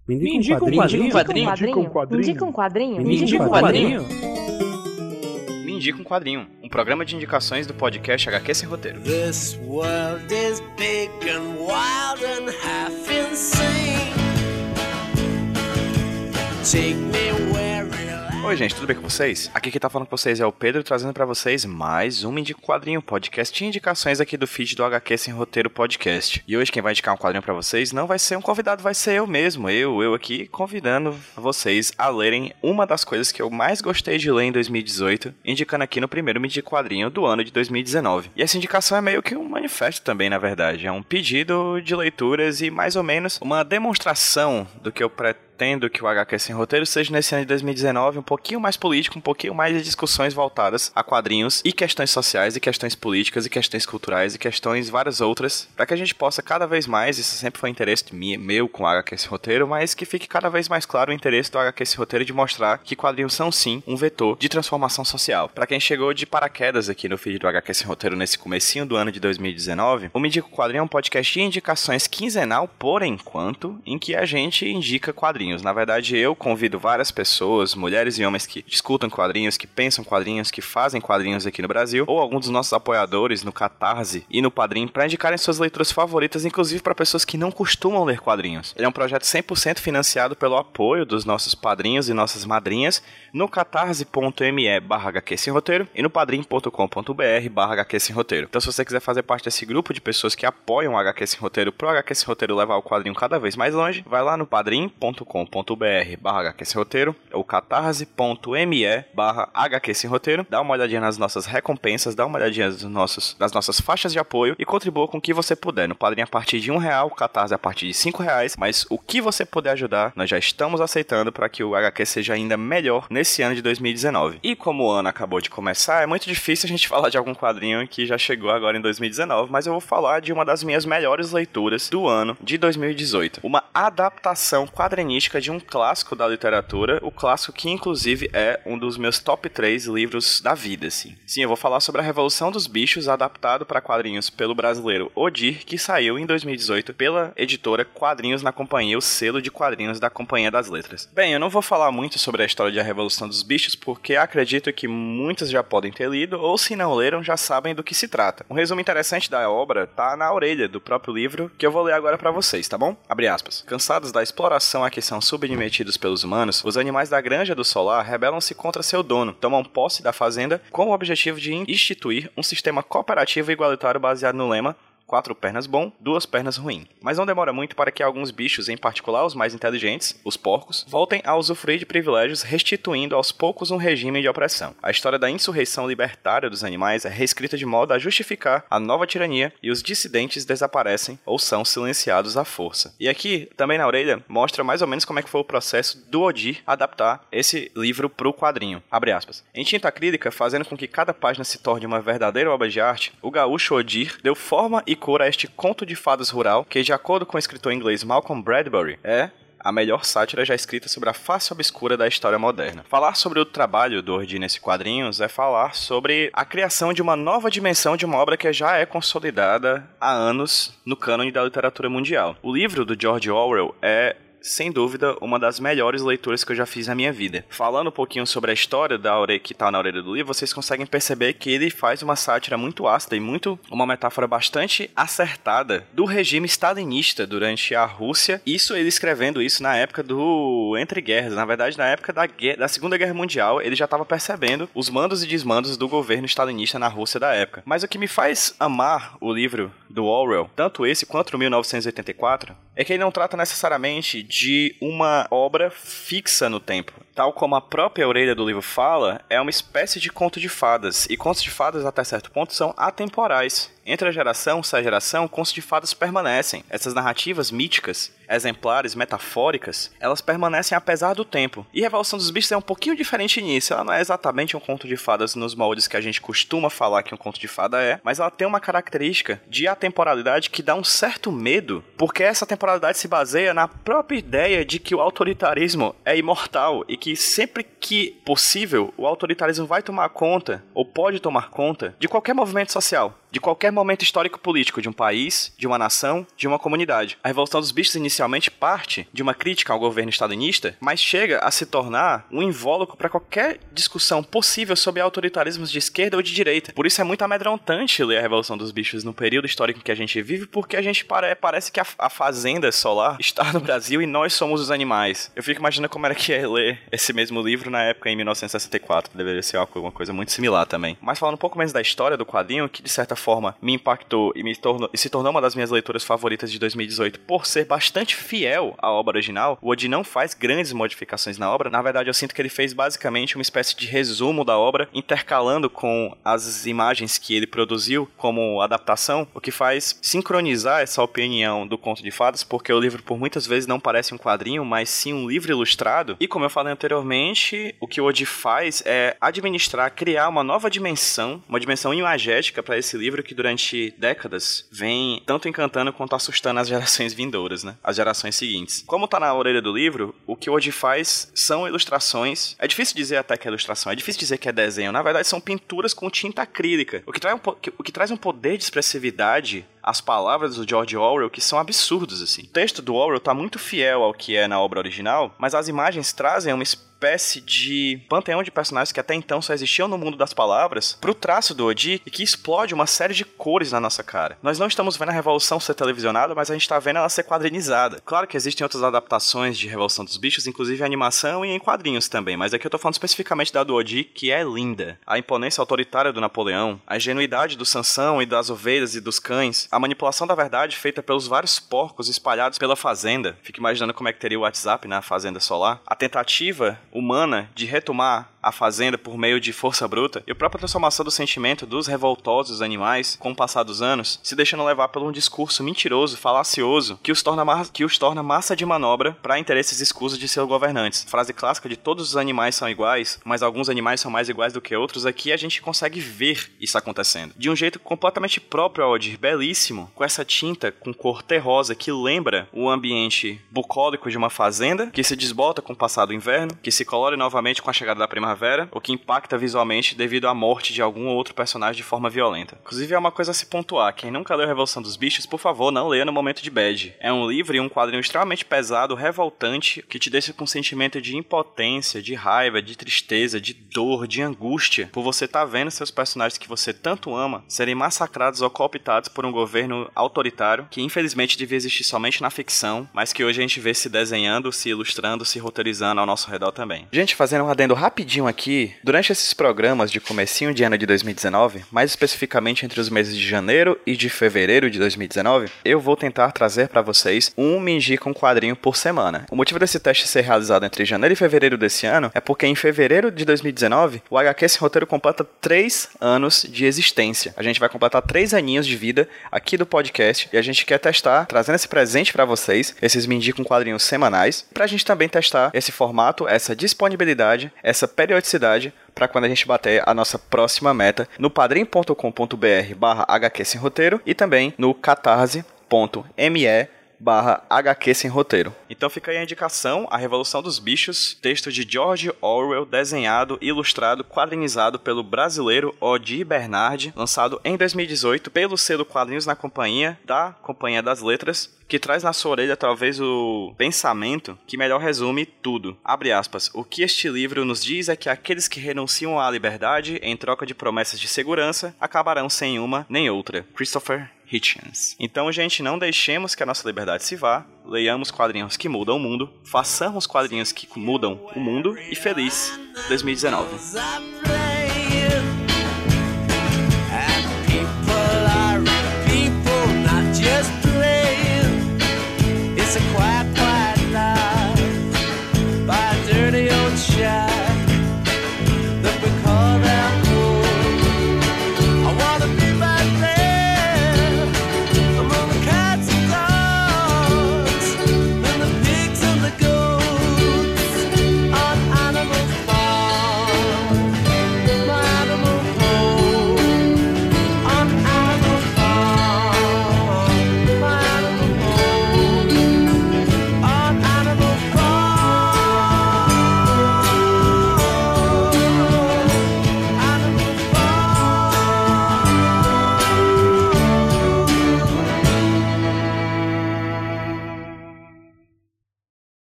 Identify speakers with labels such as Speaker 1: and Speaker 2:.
Speaker 1: Me indica um quadrinho.
Speaker 2: Me indica um quadrinho. Um programa de indicações do podcast HQ Sem Roteiro.
Speaker 3: This world is big and wild and half insane. Take me where it
Speaker 2: Oi gente, tudo bem com vocês? Aqui quem tá falando com vocês é o Pedro, trazendo pra vocês mais um Indica um Quadrinho, podcast de indicações aqui do feed do HQ Sem Roteiro Podcast. E hoje quem vai indicar um quadrinho pra vocês não vai ser um convidado, vai ser eu mesmo, eu aqui convidando vocês a lerem uma das coisas que eu mais gostei de ler em 2018, indicando aqui no primeiro Indica um Quadrinho do ano de 2019. E essa indicação é meio que um manifesto também, na verdade, é um pedido de leituras e mais ou menos uma demonstração do que eu pretendo que o HQ Sem Roteiro seja nesse ano de 2019 um pouquinho mais político, um pouquinho mais de discussões voltadas a quadrinhos e questões sociais e questões políticas e questões culturais e questões várias outras, para que a gente possa cada vez mais, isso sempre foi um interesse meu com o HQ Sem Roteiro, mas que fique cada vez mais claro o interesse do HQ Sem Roteiro de mostrar que quadrinhos são sim um vetor de transformação social. Para quem chegou de paraquedas aqui no feed do HQ Sem Roteiro nesse comecinho do ano de 2019, o Me Indica um Quadrinho é um podcast de indicações quinzenal por enquanto, em que a gente indica quadrinhos. Na verdade, eu convido várias pessoas, mulheres e homens que discutam quadrinhos, que pensam quadrinhos, que fazem quadrinhos aqui no Brasil, ou alguns dos nossos apoiadores no Catarse e no Padrim, para indicarem suas leituras favoritas, inclusive para pessoas que não costumam ler quadrinhos. Ele é um projeto 100% financiado pelo apoio dos nossos padrinhos e nossas madrinhas no catarse.me/HQ Sem Roteiro e no padrim.com.br/HQ Sem Roteiro. Então, se você quiser fazer parte desse grupo de pessoas que apoiam o HQ Sem Roteiro pro HQ Sem Roteiro levar o quadrinho cada vez mais longe, vai lá no padrim.com.br/HQ Sem Roteiro ou catarse.me/HQ Sem Roteiro, dá uma olhadinha nas nossas recompensas, dá uma olhadinha das nossas faixas de apoio e contribua com o que você puder. No Padrim a partir de R$1, o Catarse a partir de R$5, mas o que você puder ajudar, nós já estamos aceitando para que o HQ seja ainda melhor nesse ano de 2019. E como o ano acabou de começar, é muito difícil a gente falar de algum quadrinho que já chegou agora em 2019, mas eu vou falar de uma das minhas melhores leituras do ano de 2018. Uma adaptação quadrinística de um clássico da literatura, o clássico que inclusive é um dos meus top 3 livros da vida, assim. Sim, eu vou falar sobre A Revolução dos Bichos, adaptado para quadrinhos pelo brasileiro Odir, que saiu em 2018 pela editora Quadrinhos na Companhia, o selo de quadrinhos da Companhia das Letras. Bem, eu não vou falar muito sobre a história de A Revolução dos Bichos, porque acredito que muitos já podem ter lido, ou se não leram, já sabem do que se trata. Um resumo interessante da obra tá na orelha do próprio livro, que eu vou ler agora para vocês, tá bom? Abre aspas. Cansados da exploração a que são submetidos pelos humanos, os animais da Granja do Solar rebelam-se contra seu dono, tomam posse da fazenda com o objetivo de instituir um sistema cooperativo e igualitário baseado no lema 4 pernas bom, 2 pernas ruim. Mas não demora muito para que alguns bichos, em particular os mais inteligentes, os porcos, voltem a usufruir de privilégios, restituindo aos poucos um regime de opressão. A história da insurreição libertária dos animais é reescrita de modo a justificar a nova tirania e os dissidentes desaparecem ou são silenciados à força. E aqui, também na orelha, mostra mais ou menos como é que foi o processo do Odir adaptar esse livro para o quadrinho. Abre aspas. Em tinta acrílica, fazendo com que cada página se torne uma verdadeira obra de arte, o gaúcho Odir deu forma e cor a este conto de fadas rural, que, de acordo com o escritor inglês Malcolm Bradbury, é a melhor sátira já escrita sobre a face obscura da história moderna. Falar sobre o trabalho do Odir nesse quadrinhos é falar sobre a criação de uma nova dimensão de uma obra que já é consolidada há anos no cânone da literatura mundial. O livro do George Orwell é, sem dúvida, uma das melhores leituras que eu já fiz na minha vida. Falando um pouquinho sobre a história que tá na orelha do livro, vocês conseguem perceber que ele faz uma sátira muito ácida e uma metáfora bastante acertada do regime stalinista durante a Rússia. Isso ele escrevendo isso na época do Entre Guerras. Na verdade, na época da Segunda Guerra Mundial, ele já estava percebendo os mandos e desmandos do governo stalinista na Rússia da época. Mas o que me faz amar o livro do Orwell, tanto esse quanto o 1984, é que ele não trata necessariamente de uma obra fixa no tempo. Tal como a própria orelha do livro fala, é uma espécie de conto de fadas. E contos de fadas, até certo ponto, são atemporais. Entre a geração e essa geração, contos de fadas permanecem. Essas narrativas míticas, exemplares, metafóricas, elas permanecem apesar do tempo. E a Revolução dos Bichos é um pouquinho diferente nisso. Ela não é exatamente um conto de fadas nos moldes que a gente costuma falar que um conto de fada é, mas ela tem uma característica de atemporalidade que dá um certo medo, porque essa temporalidade se baseia na própria ideia de que o autoritarismo é imortal e que sempre que possível, o autoritarismo vai tomar conta, ou pode tomar conta, de qualquer movimento social. de qualquer momento histórico-político de um país, de uma nação, de uma comunidade. A Revolução dos Bichos inicialmente parte de uma crítica ao governo stalinista, mas chega a se tornar um invólucro para qualquer discussão possível sobre autoritarismos de esquerda ou de direita. Por isso é muito amedrontante ler a Revolução dos Bichos no período histórico em que a gente vive, porque a gente parece que a fazenda solar está no Brasil e nós somos os animais. Eu fico imaginando como era que ia ler esse mesmo livro na época, em 1964. Deveria ser uma coisa muito similar também. Mas falando um pouco menos da história do quadrinho, que de certa forma me impactou e se tornou uma das minhas leituras favoritas de 2018 por ser bastante fiel à obra original, o Odi não faz grandes modificações na obra. Na verdade, eu sinto que ele fez basicamente uma espécie de resumo da obra, intercalando com as imagens que ele produziu como adaptação, o que faz sincronizar essa opinião do conto de fadas, porque o livro por muitas vezes não parece um quadrinho, mas sim um livro ilustrado. E como eu falei anteriormente, o que o Odi faz é administrar, criar uma nova dimensão, uma dimensão imagética para esse livro que durante décadas vem tanto encantando quanto assustando as gerações vindouras, né? As gerações seguintes. Como tá na orelha do livro, o que o Odi faz são ilustrações. É difícil dizer até que é ilustração, é difícil dizer que é desenho. Na verdade, são pinturas com tinta acrílica, o que traz um poder de expressividade às palavras do George Orwell que são absurdos, assim. O texto do Orwell tá muito fiel ao que é na obra original, mas as imagens trazem uma espécie de panteão de personagens que até então só existiam no mundo das palavras pro traço do Odi e que explode uma série de cores na nossa cara. Nós não estamos vendo a Revolução ser televisionada, mas a gente tá vendo ela ser quadrinizada. Claro que existem outras adaptações de Revolução dos Bichos, inclusive em animação e em quadrinhos também, mas aqui eu tô falando especificamente da do Odi, que é linda. A imponência autoritária do Napoleão, a ingenuidade do Sansão e das ovelhas e dos cães, a manipulação da verdade feita pelos vários porcos espalhados pela fazenda. Fico imaginando como é que teria o WhatsApp na fazenda solar. A tentativa humana de retomar a fazenda por meio de força bruta e a própria transformação do sentimento dos revoltosos animais com o passar dos anos, se deixando levar por um discurso mentiroso, falacioso, que os torna massa de manobra para interesses escusos de seus governantes. Frase clássica de todos os animais são iguais, mas alguns animais são mais iguais do que outros. Aqui a gente consegue ver isso acontecendo. De um jeito completamente próprio ao Odir, belíssimo, com essa tinta com cor terrosa que lembra o ambiente bucólico de uma fazenda, que se desbota com o passar do inverno, que se colore novamente com a chegada da primavera, o que impacta visualmente devido à morte de algum outro personagem de forma violenta. Inclusive é uma coisa a se pontuar, quem nunca leu Revolução dos Bichos, por favor, não leia no momento de bad. É um livro e um quadrinho extremamente pesado, revoltante, que te deixa com um sentimento de impotência, de raiva, de tristeza, de dor, de angústia, por você estar vendo seus personagens que você tanto ama serem massacrados ou cooptados por um governo autoritário, que infelizmente devia existir somente na ficção, mas que hoje a gente vê se desenhando, se ilustrando, se roteirizando ao nosso redor também. Gente, fazendo um adendo rapidinho aqui, durante esses programas de comecinho de ano de 2019, mais especificamente entre os meses de janeiro e de fevereiro de 2019, eu vou tentar trazer para vocês Me Indica um Quadrinho por semana. O motivo desse teste ser realizado entre janeiro e fevereiro desse ano é porque em fevereiro de 2019, o HQ Sem Roteiro completa 3 anos de existência. A gente vai completar 3 aninhos de vida aqui do podcast e a gente quer testar, trazendo esse presente para vocês, esses Me Indica um Quadrinhos semanais, pra gente também testar esse formato, essa disponibilidade, essa periodicidade para quando a gente bater a nossa próxima meta no padrim.com.br/HQ Sem Roteiro e também no catarse.me/HQ Sem Roteiro. Então fica aí a indicação, A Revolução dos Bichos, texto de George Orwell, desenhado, ilustrado, quadrinizado pelo brasileiro Odir Bernardi, lançado em 2018 pelo selo Quadrinhos na Companhia, da Companhia das Letras, que traz na sua orelha talvez o pensamento que melhor resume tudo. Abre aspas, o que este livro nos diz é que aqueles que renunciam à liberdade em troca de promessas de segurança acabarão sem uma nem outra. Christopher Hitchens. Então, gente, não deixemos que a nossa liberdade se vá, leiamos quadrinhos que mudam o mundo, façamos quadrinhos que mudam o mundo e feliz 2019.